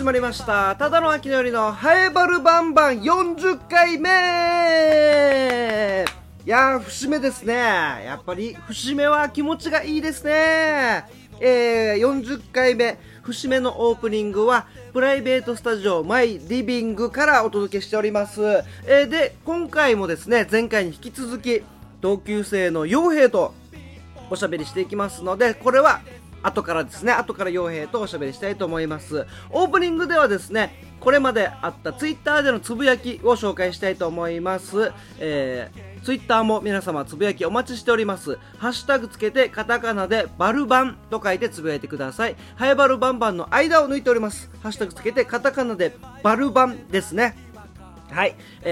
始まりました。ただの秋のよりのハエバルバンバン40回目。いやー、節目ですね。やっぱり節目は気持ちがいいですね。40回目節目のオープニングはプライベートスタジオマイリビングからお届けしております。で今回もですね、前回に引き続き同級生の陽平とおしゃべりしていきますので、これは後からですね、後から陽平とおしゃべりしたいと思います。オープニングではですね、これまであったツイッターでのつぶやきを紹介したいと思います。ツイッターも皆様つぶやきお待ちしております。ハッシュタグつけてカタカナでバルバンと書いてつぶやいてください。ハエバルバンバンの間を抜いております。ハッシュタグつけてカタカナでバルバンですね。はい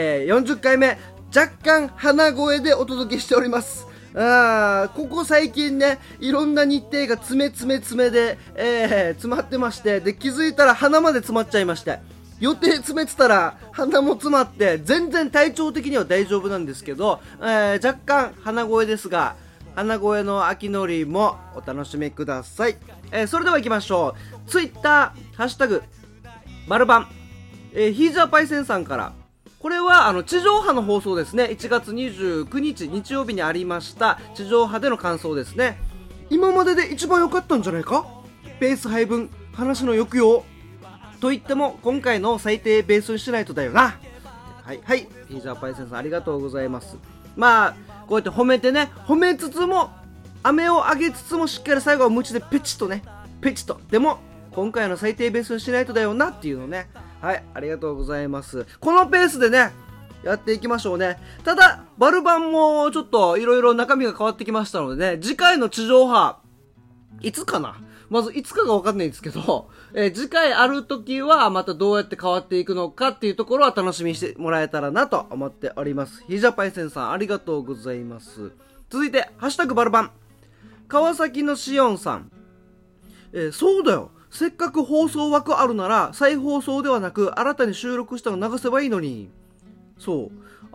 、40回目若干鼻声でお届けしております。ここ最近ね、いろんな日程が詰めで、詰まってまして、で気づいたら鼻まで詰まっちゃいまして、予定詰めてたら鼻も詰まって、全然体調的には大丈夫なんですけど、若干鼻声ですが、鼻声の秋のりもお楽しみください。それでは行きましょう。ツイッターハッシュタグバルバン、ヒージャーパイセンさんから、これは地上波の放送ですね。1月29日日曜日にありました地上波での感想ですね。今までで一番良かったんじゃないか。ペース配分、話の抑揚と言っても今回の最低ベースにしないとだよな。はいはい、ヒージャーパイセンさんありがとうございます。まあこうやって褒めてね、褒めつつも飴をあげつつもしっかり最後はムチでペチッとね、ペチッと、でも今回の最低ベースにしないとだよなっていうのね。はい、ありがとうございます。このペースでねやっていきましょうね。ただバルバンもちょっといろいろ中身が変わってきましたのでね、次回の地上波いつかな、まずいつかが分かんないんですけど、次回ある時はまたどうやって変わっていくのかっていうところは楽しみにしてもらえたらなと思っております。ヒジャパイセンさんありがとうございます。続いてハッシュタグバルバン、川崎のしおんさん、そうだよ、せっかく放送枠あるなら再放送ではなく新たに収録したの流せばいいのに。そう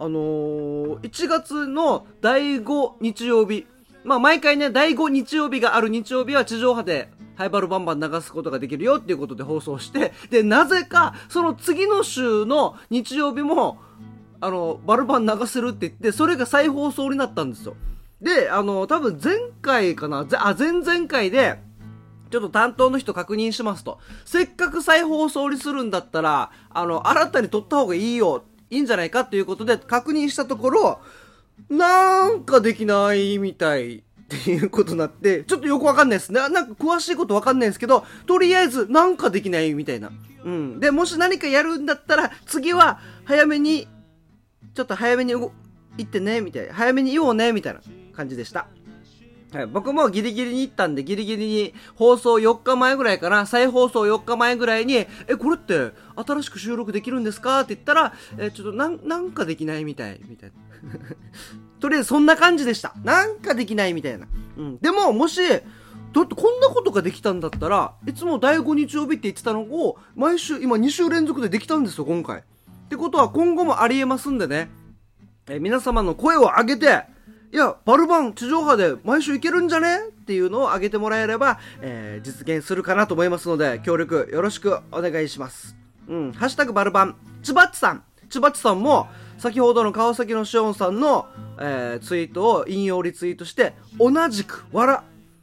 、1月の第5日曜日、まあ毎回ね第5日曜日がある日曜日は地上波でハイバルバンバン流すことができるよっていうことで放送して、でなぜかその次の週の日曜日もバルバン流せるって言って、それが再放送になったんですよ。で多分前回かな、前々回でちょっと担当の人確認しますと、せっかく再放送にするんだったら新たに撮った方がいいんじゃないかっていうことで確認したところ、なんかできないみたいっていうことになって、ちょっとよくわかんないですね。なんか詳しいことわかんないんですけど、とりあえずなんかできないみたいな。でもし何かやるんだったら次は早めにちょっと早めに行ってねみたいな、早めに言おうねみたいな感じでした。はい、僕もギリギリに行ったんで、ギリギリに放送4日前ぐらいかな、再放送4日前ぐらいに、これって新しく収録できるんですかって言ったら、ちょっとなんかできないみたいなとりあえずそんな感じでした。なんかできないみたいな。でももしだってこんなことができたんだったら、いつも第5日曜日って言ってたのを毎週今2週連続でできたんですよ今回。ってことは今後もありえますんでね、皆様の声を上げて、いやバルバン地上波で毎週いけるんじゃねっていうのを上げてもらえれば、実現するかなと思いますので、協力よろしくお願いします。ハッシュタグバルバン、ちばっちさんも先ほどの川崎のしおんさんの、ツイートを引用リツイートして同じく笑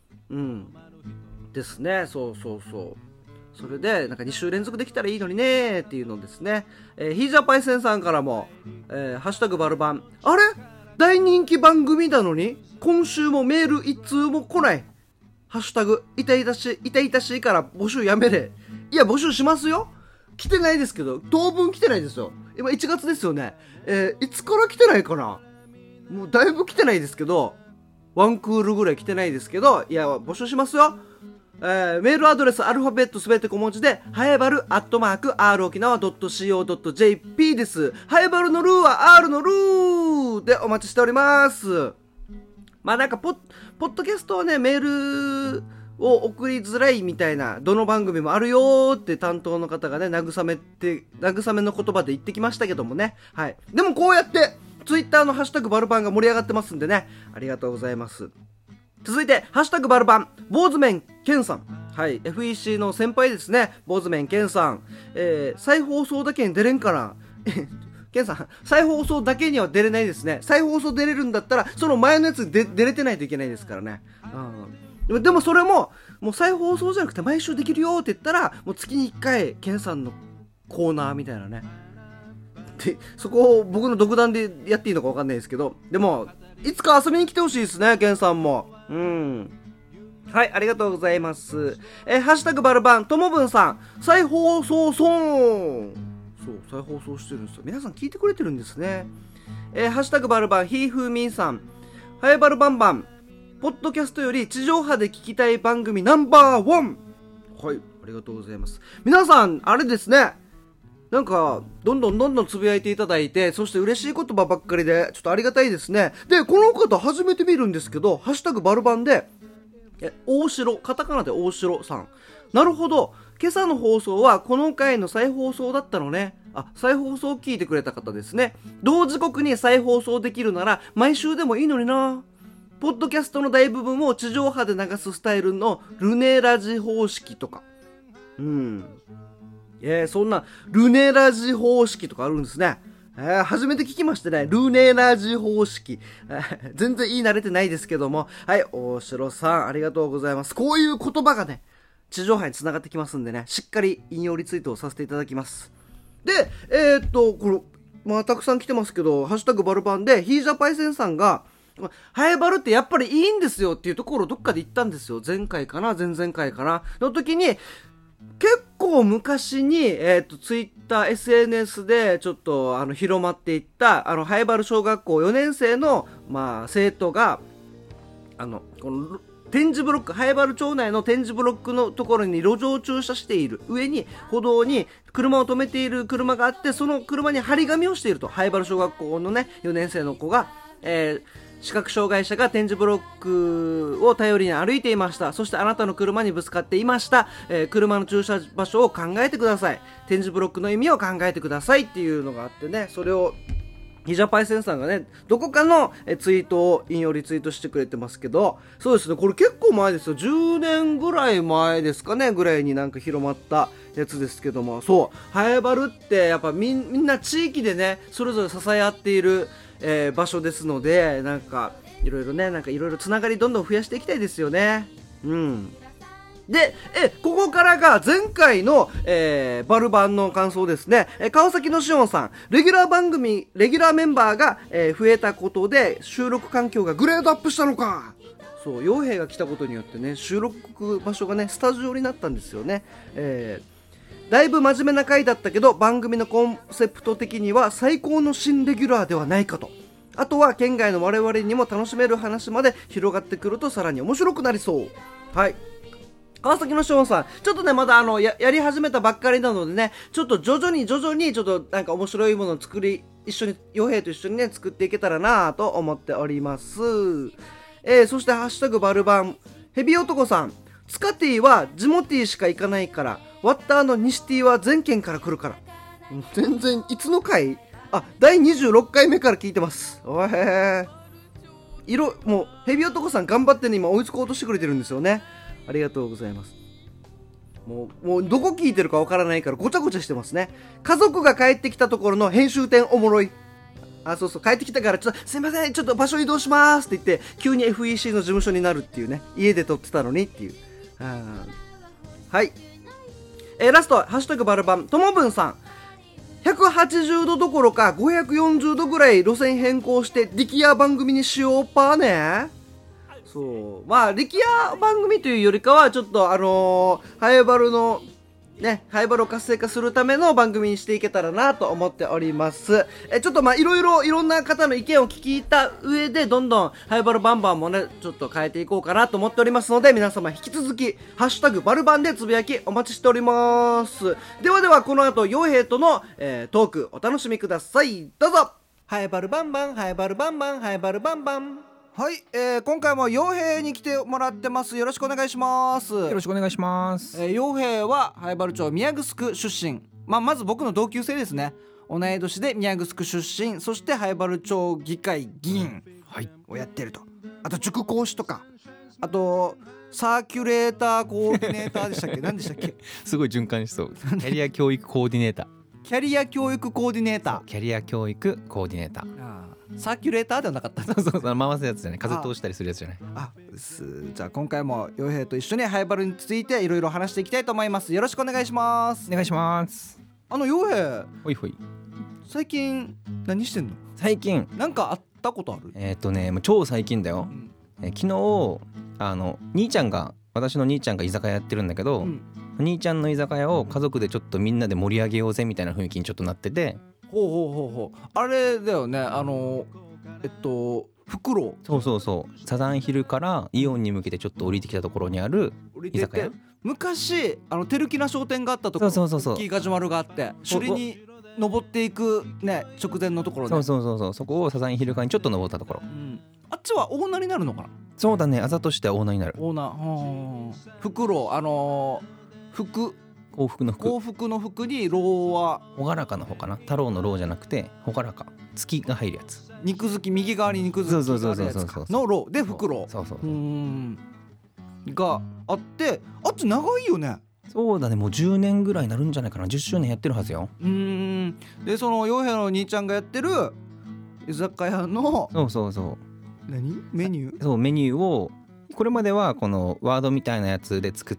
ですね。そうそれでなんか2週連続できたらいいのにねっていうのですね。ヒージャーパイセンさんからも、ハッシュタグバルバン、あれ大人気番組なのに今週もメール一通も来ない。ハッシュタグ痛々しいから募集やめれ。いや募集しますよ。来てないですけど、当分来てないですよ。今1月ですよね。いつから来てないかな。もうだいぶ来てないですけど、ワンクールぐらい来てないですけど、いや募集しますよ。メールアドレスアルファベットすべて小文字ではやばる@r沖縄 .co.jp です。はやばるのルーは R のルーでお待ちしております。まあなんかポッドキャストはね、メールを送りづらいみたいな、どの番組もあるよーって担当の方がね、慰めの言葉で言ってきましたけどもね。はい。でもこうやってツイッターのハッシュタグバルバンが盛り上がってますんでね、ありがとうございます。続いてハッシュタグバルバン、坊主面ケンさん、 はい、FEC の先輩ですね、坊主面ケンさん、再放送だけに出れんかなケンさん、再放送だけには出れないですね。再放送出れるんだったらその前のやつで出れてないといけないですからね。でもそれもう再放送じゃなくて毎週できるよって言ったら、もう月に1回ケンさんのコーナーみたいなね。でそこを僕の独断でやっていいのか分かんないですけど、でもいつか遊びに来てほしいですね、ケンさんも。はい、ありがとうございます。ハッシュタグバルバンともぶんさん、再放送ソン、そう再放送してるんですよ。皆さん聞いてくれてるんですね。ハッシュタグバルバンひーふーみんさん、はやバルバンバン、ポッドキャストより地上波で聞きたい番組ナンバーワン。はい、ありがとうございます。皆さんあれですね、なんかどんどんつぶやいていただいて、そして嬉しい言葉ばっかりでちょっとありがたいですね。でこの方初めて見るんですけど、ハッシュタグバルバンで大城、カタカナで大城さん、なるほど、今朝の放送はこの回の再放送だったのね。再放送を聞いてくれた方ですね。同時刻に再放送できるなら毎週でもいいのにな。ポッドキャストの大部分を地上波で流すスタイルのルネラジ方式とか、そんなルネラジ方式とかあるんですね。初めて聞きましてね、ルネラジ方式、全然言い慣れてないですけども、はい、大城さんありがとうございます。こういう言葉がね地上波につながってきますんでね、しっかり引用リツイートをさせていただきます。でこれたくさん来てますけど、ハッシュタグバルバンでヒージャパイセンさんがハエバルってやっぱりいいんですよっていうところをどっかで言ったんですよ。前回かな前々回かなの時に、結構昔に、ツイッター SNS でちょっと広まっていったハエバル小学校4年生の、生徒がこの点字ブロック、ハエバル町内の点字ブロックのところに路上駐車している上に歩道に車を止めている車があって、その車に張り紙をしていると、ハエバル小学校のね4年生の子が、視覚障害者が点字ブロックを頼りに歩いていました。そしてあなたの車にぶつかっていました。車の駐車場所を考えてください。点字ブロックの意味を考えてくださいっていうのがあってね、それをヒジャパイセンさんがねどこかのツイートを引用リツイートしてくれてますけど、そうですね、これ結構前ですよ。10年ぐらい前ですかねぐらいになんか広まったやつですけども、そうハエバルってやっぱみんな地域でねそれぞれ支え合っている場所ですので、なんかいろいろね、なんかいろいろつながりどんどん増やしていきたいですよね。でここからが前回の、バルバンの感想ですね。川崎のしおんさん、レギュラーメンバーが、増えたことで収録環境がグレードアップしたのか。そう傭兵が来たことによってね、収録場所がねスタジオになったんですよね。だいぶ真面目な回だったけど、番組のコンセプト的には最高の新レギュラーではないかと。あとは県外の我々にも楽しめる話まで広がってくるとさらに面白くなりそう。はい、川崎のショーンさん、ちょっとねまだやり始めたばっかりなのでね、ちょっと徐々にちょっとなんか面白いものを一緒に傭兵と一緒にね作っていけたらなと思っております。そしてハッシュタグバルバンヘビ男さん、スカティはジモティしか行かないから、ワッターの西ティは全県から来るから。全然いつの回？第26回目から聞いてます。もうヘビ男さん頑張ってね、今追いつこうとしてくれてるんですよね。ありがとうございます。もうどこ聞いてるかわからないからごちゃごちゃしてますね。家族が帰ってきたところの編集点おもろい。帰ってきたからちょっとすいません、ちょっと場所移動しますって言って急に FEC の事務所になるっていうね、家で撮ってたのにっていう。はい、ラストハッシュタグバルバンともぶんさん、180度どころか540度ぐらい路線変更して力也番組にしようパーね。そう力也番組というよりかはちょっとハエバルのね、ハエバルを活性化するための番組にしていけたらなと思っております。ちょっといろんな方の意見を聞いた上でどんどんハエバルバンバンもねちょっと変えていこうかなと思っておりますので、皆様引き続きハッシュタグバルバンでつぶやきお待ちしております。ではこの後傭兵との、トークお楽しみください。どうぞ。ハエバルバンバン、ハエバルバンバン、ハエバルバンバン。はい、今回も傭兵に来てもらってます。よろしくお願いします。 よろしくお願いします。 傭兵はハエバル町宮城出身、まず僕の同級生ですね。同い年で宮城出身、そしてハエバル町議会議員をやってると。あと塾講師とかあとサーキュレーターコーディネーターでしたっけ何でしたっけすごい循環しそう。キャリア教育コーディネーター。 キャリア教育コーディネータキャリア教育コーディネーター。 ー、サーキュレーターではなかったそうそうそう、回すやつじゃない、風通したりするやつじゃない。 じゃあ今回も陽平と一緒にハイバルについていろいろ話していきたいと思います。よろしくお願いします。 お願いします。 陽平、 ほいほい。 最近何してんの？ 最近なんかあったことある？ もう超最近だよ。昨日私の兄ちゃんが居酒屋やってるんだけど、お兄ちゃんの居酒屋を家族でちょっとみんなで盛り上げようぜみたいな雰囲気にちょっとなってて。 ほうあれだよね、フクロウ。 そうサザンヒルからイオンに向けてちょっと降りてきたところにある居酒屋。 昔テルキナ商店があったところ、 そう大きいガジュマルがあって首里に登っていくね直前のところね。 そうそこをサザンヒル側にちょっと登ったところ、 あっちはオーナーになるのかな？ そうだね、あざとしてはオーナーになる。 オーナー、フクロウ、 幸福の福にロウは朗らかの方かな。太郎のロウじゃなくて朗らか、月が入るやつ。 肉付き、右側に肉付きがあるやつかのロウでフクロウがあって、あっち長いよね。 そうだね、もう10年ぐらいになるんじゃないかな。10周年やってるはずよ。 でその陽平の兄ちゃんがやってる居酒屋のメニューをこれまではこのワードみたいなやつで作って、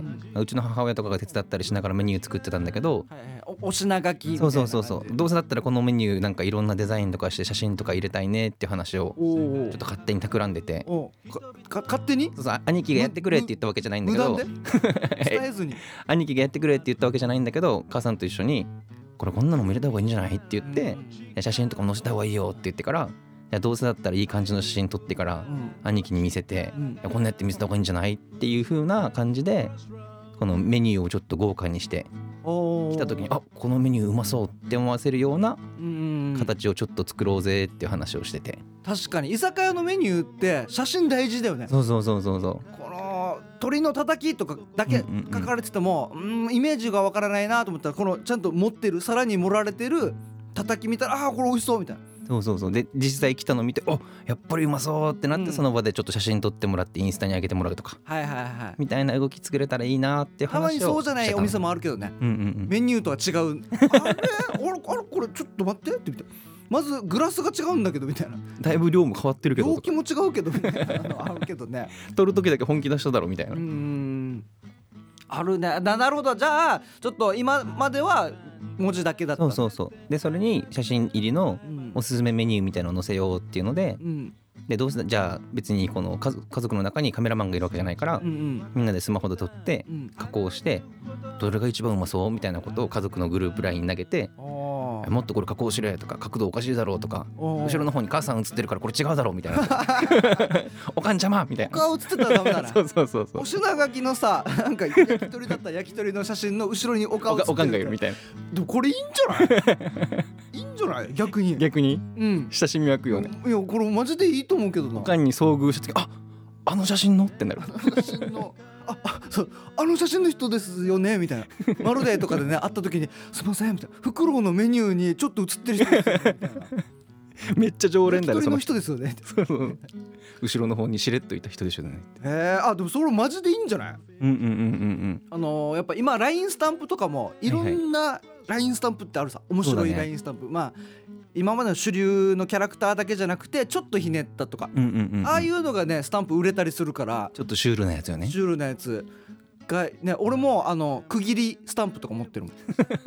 うちの母親とかが手伝ったりしながらメニュー作ってたんだけど、 お品書きみたいな。 そうどうせだったらこのメニューなんかいろんなデザインとかして写真とか入れたいねっていう話をちょっと勝手に企んでて。 勝手に？ そう兄貴がやってくれって言ったわけじゃないんだけど、 伝えずに兄貴がやってくれって言ったわけじゃないんだけど、母さんと一緒にこんなのも入れた方がいいんじゃないって言って、写真とかも載せた方がいいよって言ってから、どうせだったらいい感じの写真撮ってから兄貴に見せて、こんなやって見せた方がいいんじゃないっていう風な感じで、このメニューをちょっと豪華にして来た時に、このメニューうまそうって思わせるような形をちょっと作ろうぜっていう話をしてて。 確かに居酒屋のメニューって写真大事だよね。 そうこの鶏のたたきとかだけ書かれてても、イメージがわからないなと思ったら、このちゃんと持ってる皿に盛られてるたたき見たら、これ美味しそうみたいな。 そうで実際来たの見て、やっぱりうまそうってなって、その場でちょっと写真撮ってもらってインスタに上げてもらうとか、みたいな動き作れたらいいなっていう話をしてた。 たまにそうじゃないお店もあるけどね、メニューとは違うあれこれちょっと待ってってみたいな、まずグラスが違うんだけどみたいな、 だいぶ量も変わってるけど、 容器も違うけどみたいなのあるけどね撮る時だけ本気出しただろみたいな。 あるね。なるほど。じゃあちょっと今までは文字だけだった。 そうでそれに写真入りのおすすめメニューみたいなのを載せようっていうので、でどうせじゃあ別にこの家族の中にカメラマンがいるわけじゃないから、みんなでスマホで撮って加工して、どれが一番うまそうみたいなことを家族のグループ LINE に投げて、もっとこれ加工しろとか、角度おかしいだろうとか、後ろの方に母さん映ってるからこれ違うだろうみたいなおかんちゃまみたいな、 他映ってたらダメだなそうお品書きのさ、なんか焼き鳥だったら焼き鳥の写真の後ろにおかんがいるみたいな。 でもこれいいんじゃないいいんじゃない逆に親しみ湧くよね。いやこれマジでいいと思うけどな。 おかんに遭遇した時、あの写真のってなる写真のそうあの写真の人ですよねみたいな、まるでとかでね会った時にすいませんみたいな、フクロウのメニューにちょっと写ってる人ですよねみたいなめっちゃ常連だよ、 その人ですよね後ろの方にしれっといた人でしょね。 でもそれマジでいいんじゃない？やっぱ今 LINE スタンプとかもいろんな LINE スタンプってあるさ、面白い LINE スタンプ、今までの主流のキャラクターだけじゃなくてちょっとひねったとか、ああいうのがねスタンプ売れたりするから、 ちょっとシュールなやつよね。 シュールなやつがね、俺も区切りスタンプとか持ってるもん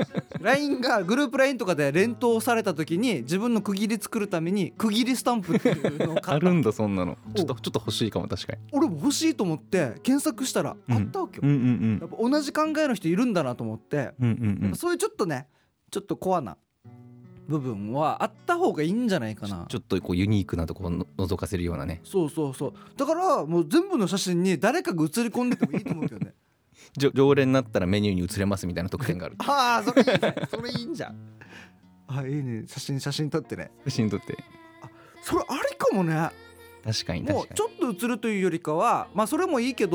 LINE がグループ LINE とかで連投された時に自分の区切り作るために区切りスタンプっていうのを買ったあるんだそんなの。ちょっと欲しいかも。確かに俺も欲しいと思って検索したらあったわけよ、やっぱ同じ考えの人いるんだなと思って、やっぱそういうちょっとコアな部分はあった方がいいんじゃないかな。 ちょっとこうユニークなところを覗かせるようなね。 そうだからもう全部の写真に誰かが写り込んでてもいいと思うけどね常連になったらメニューに写れますみたいな特典があるそれいいねそれいいんじゃんいいね。写真撮ってね。 写真撮ってそれありかもね。 確かにもうちょっと写るというよりかはそれもいいけど、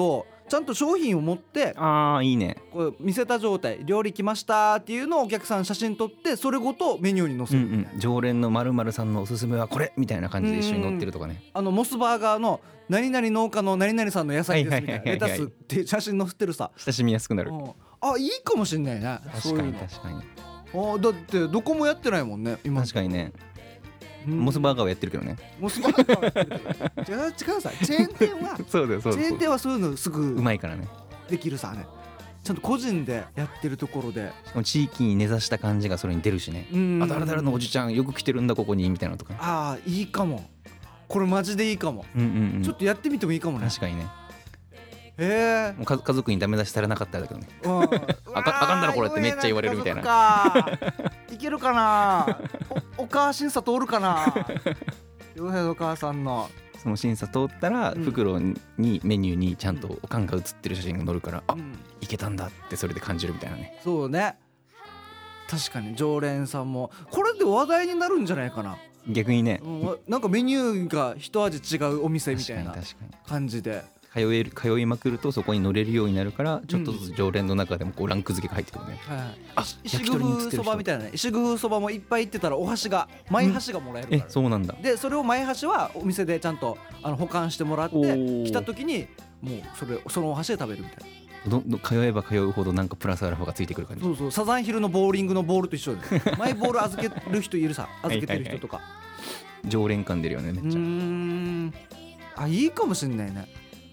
ちゃんと商品を持ってああいいね。 こう見せた状態、料理来ましたっていうのをお客さん写真撮ってそれごとメニューに載せるみたいな、 常連の〇〇さんのおすすめはこれみたいな感じで一緒に載ってるとかね。 モスバーガーの何々農家の何々さんの野菜ですみたいな、レタスって写真載ってるさ、 親しみやすくなる。 あ、いいかもしんないね。 確かに確かに。 だってどこもやってないもんね今。 確かにね。モスバーガーはやってるけどね。 モスバーガーはやってるけど違うさ、チェーン店はそうだよそうだよ。 チェーン店はそういうのすぐうまいからね。 できるさね。ちゃんと個人でやってるところで、 しかも地域に根ざした感じがそれに出るしね。あ、誰々のおじちゃんよく来てるんだここにみたいなのとか。 ああいいかも、これマジでいいかも、ちょっとやってみてもいいかもね。 確かにね。 もう家族にダメ出しされなかったらだけどね。あかんだろこれってめっちゃ言われるみたいな。 いけるかなお母審査通るかな洋平のお母さんのその審査通ったら袋にメニューにちゃんとおかんが写ってる写真が載るから、いけたんだってそれで感じるみたいなね。 そうね、確かに常連さんもこれで話題になるんじゃないかな逆にね。 なんかメニューが一味違うお店みたいな感じで通いまくるとそこに乗れるようになるから、ちょっとずつ常連の中でもこうランク付けが入ってくるね。 石工風そばみたいなね。石工風そばもいっぱい行ってたらお箸が前箸がもらえるから、 そうなんだ。 でそれを前箸はお店でちゃんと保管してもらって来た時にもうそのお箸で食べるみたいな。 通えば通うほどなんかプラスアルファがついてくる感じ。 そうサザンヒルのボーリングのボールと一緒でマイボール預ける人いるさ、預けてる人とか常連感出るよねめっちゃ。 いいかもしんないね。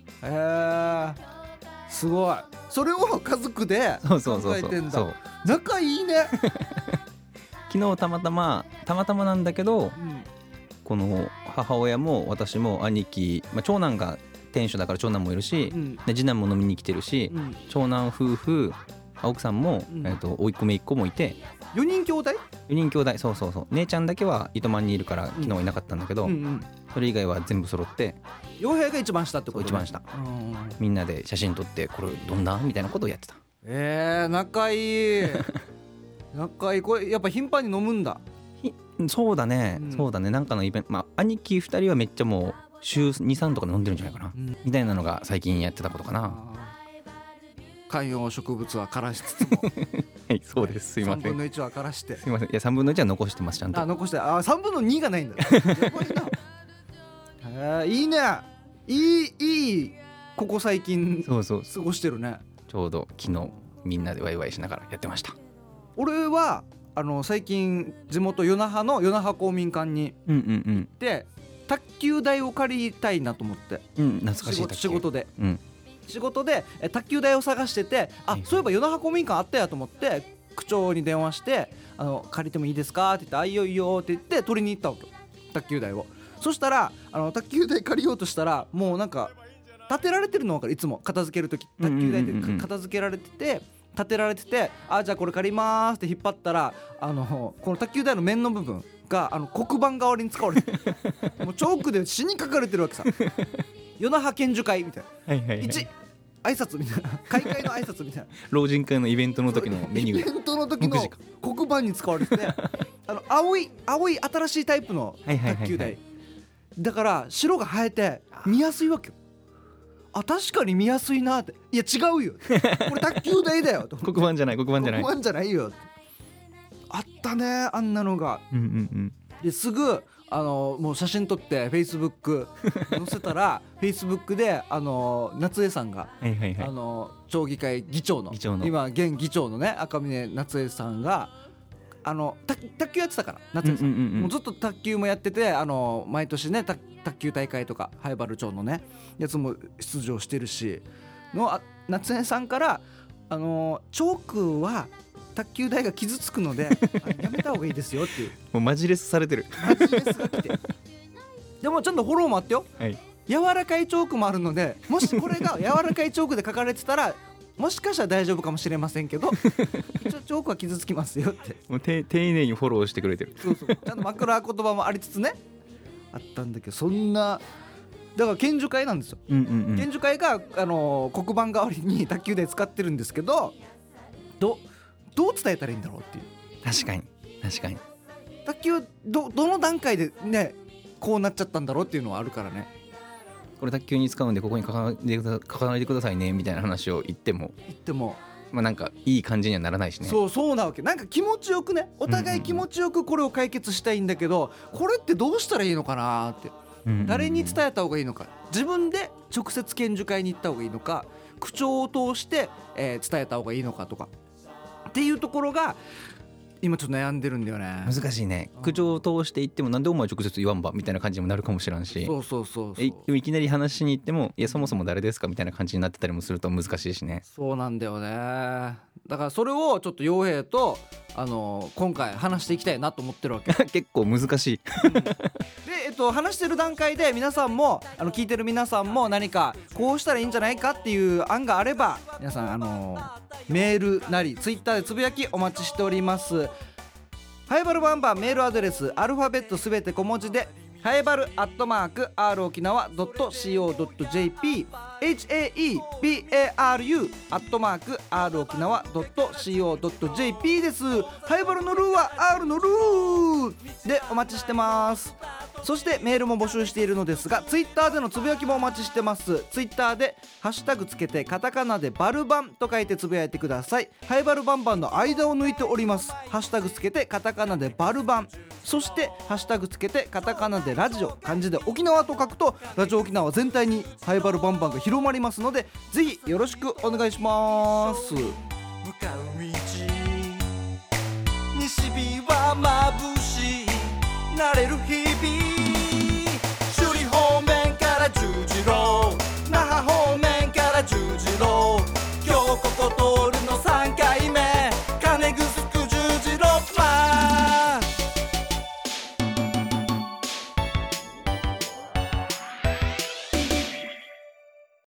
すごい。それを家族で考えてんだ。仲いいね昨日たまたまなんだけど、この母親も私も兄貴、長男が店主だから長男もいるし、で次男も飲みに来てるし、長男夫婦奥さんも、甥っ子姪っ子もいて 4人兄弟。 そう姉ちゃんだけは糸満にいるから昨日いなかったんだけど、それ以外は全部揃って。 傭兵が一番下ってことね。 一番下。みんなで写真撮ってこれどんなみたいなことをやってた。 仲いい仲いい。これやっぱ頻繁に飲むんだ。 そうだね、なんかのイベント、兄貴2人はめっちゃもう週 2,3 とかで飲んでるんじゃないかな、みたいなのが最近やってたことかな。 観葉植物は枯らしつつもはい、そうです。すいません。 3分の1は枯らして。 すいません。いや3分の1は残してますちゃんと。 残して。3分の2がないんだ。やばいな。いいね。いいここ最近過ごしてるね。 ちょうど昨日みんなでワイワイしながらやってました。 俺は最近地元与那覇の与那覇公民館に行って、卓球台を借りたいなと思って、 懐かしい卓球。 仕事で卓球台を探してて、そういえば与那覇公民館あったやと思って区長に電話して借りてもいいですかって言って、いいよいいよって言って取りに行ったわけ、卓球台を。そしたら卓球台借りようとしたらもうなんか立てられてるの分かる。いつも片付けるとき卓球台で片付けられてて立てられてて、じゃあこれ借りますって引っ張ったらこの卓球台の面の部分が黒板代わりに使われてもうチョークで死に書かれてるわけさ。与那覇県樹会みたいな、1挨拶みたいな、開会の挨拶みたいな老人会のイベントの時のメニュー、 イベントの時の黒板に使われてて青い新しいタイプの卓球台だから白が生えて見やすいわけよ。確かに見やすいなって。いや違うよこれ卓球台だよ黒板じゃない黒板じゃないよ。あったねあんなのが。ですぐもう写真撮ってフェイスブック載せたらフェイスブックで夏江さんが、町議会議長の今現議長のね赤嶺夏江さんが卓球やってたから夏江さん、もうずっと卓球もやってて毎年ね卓球大会とか灰原町のねやつも出場してるしの夏江さんからチョークは卓球台が傷つくのでやめた方がいいですよっていうもうマジレスされてる。 マジレスが来てでもちゃんとフォローもあってよ、柔らかいチョークもあるので、もしこれが柔らかいチョークで書かれてたらもしかしたら大丈夫かもしれませんけど一応チョークは傷つきますよってもう丁寧にフォローしてくれてる。 そうちゃんと枕言葉もありつつねあったんだけど、そんなだから県樹会なんですよ、県樹会が黒板代わりに卓球台使ってるんですけど、どう伝えたらいいんだろうっていう。 確かに卓球どの段階でねこうなっちゃったんだろうっていうのはあるからね。 これ卓球に使うんでここに書かないでくださいねみたいな話を言ってもまあなんかいい感じにはならないしね。 そうなわけ。なんか気持ちよくね、お互い気持ちよくこれを解決したいんだけど、これってどうしたらいいのかなって、誰に伝えた方がいいのか、自分で直接研修会に行った方がいいのか、口調を通して、伝えた方がいいのかとかっていうところが今ちょっと悩んでるんだよね。 難しいね。口調を通して言ってもなんでお前直接言わんばみたいな感じにもなるかもしれんし、 そうでもいきなり話しに行ってもいやそもそも誰ですかみたいな感じになってたりもすると難しいしね。 そうなんだよね。だからそれをちょっと陽平と今回話していきたいなと思ってるわけ結構難しいで、話してる段階で皆さんも聞いてる皆さんも何かこうしたらいいんじゃないかっていう案があれば皆さんメールなりツイッターでつぶやきお待ちしております。ハイバルバンバンメールアドレスアルファベットすべて小文字でハイバル@r沖縄 .co.jp HAEBARU @r沖縄 .co.jp です。ハイバルのルーは R のルーでお待ちしてます。そしてメールも募集しているのですがツイッターでのつぶやきもお待ちしてます。ツイッターでハッシュタグつけてカタカナでバルバンと書いてつぶやいてください。ハイバルバンバンの間を抜いております。ハッシュタグつけてカタカナでバルバン、そしてハッシュタグつけてカタカナでラジオ、漢字で沖縄と書くとラジオ沖縄全体にハイバルバンバンが広まりますのでぜひよろしくお願いします。向かう道西日は眩しい、慣れる日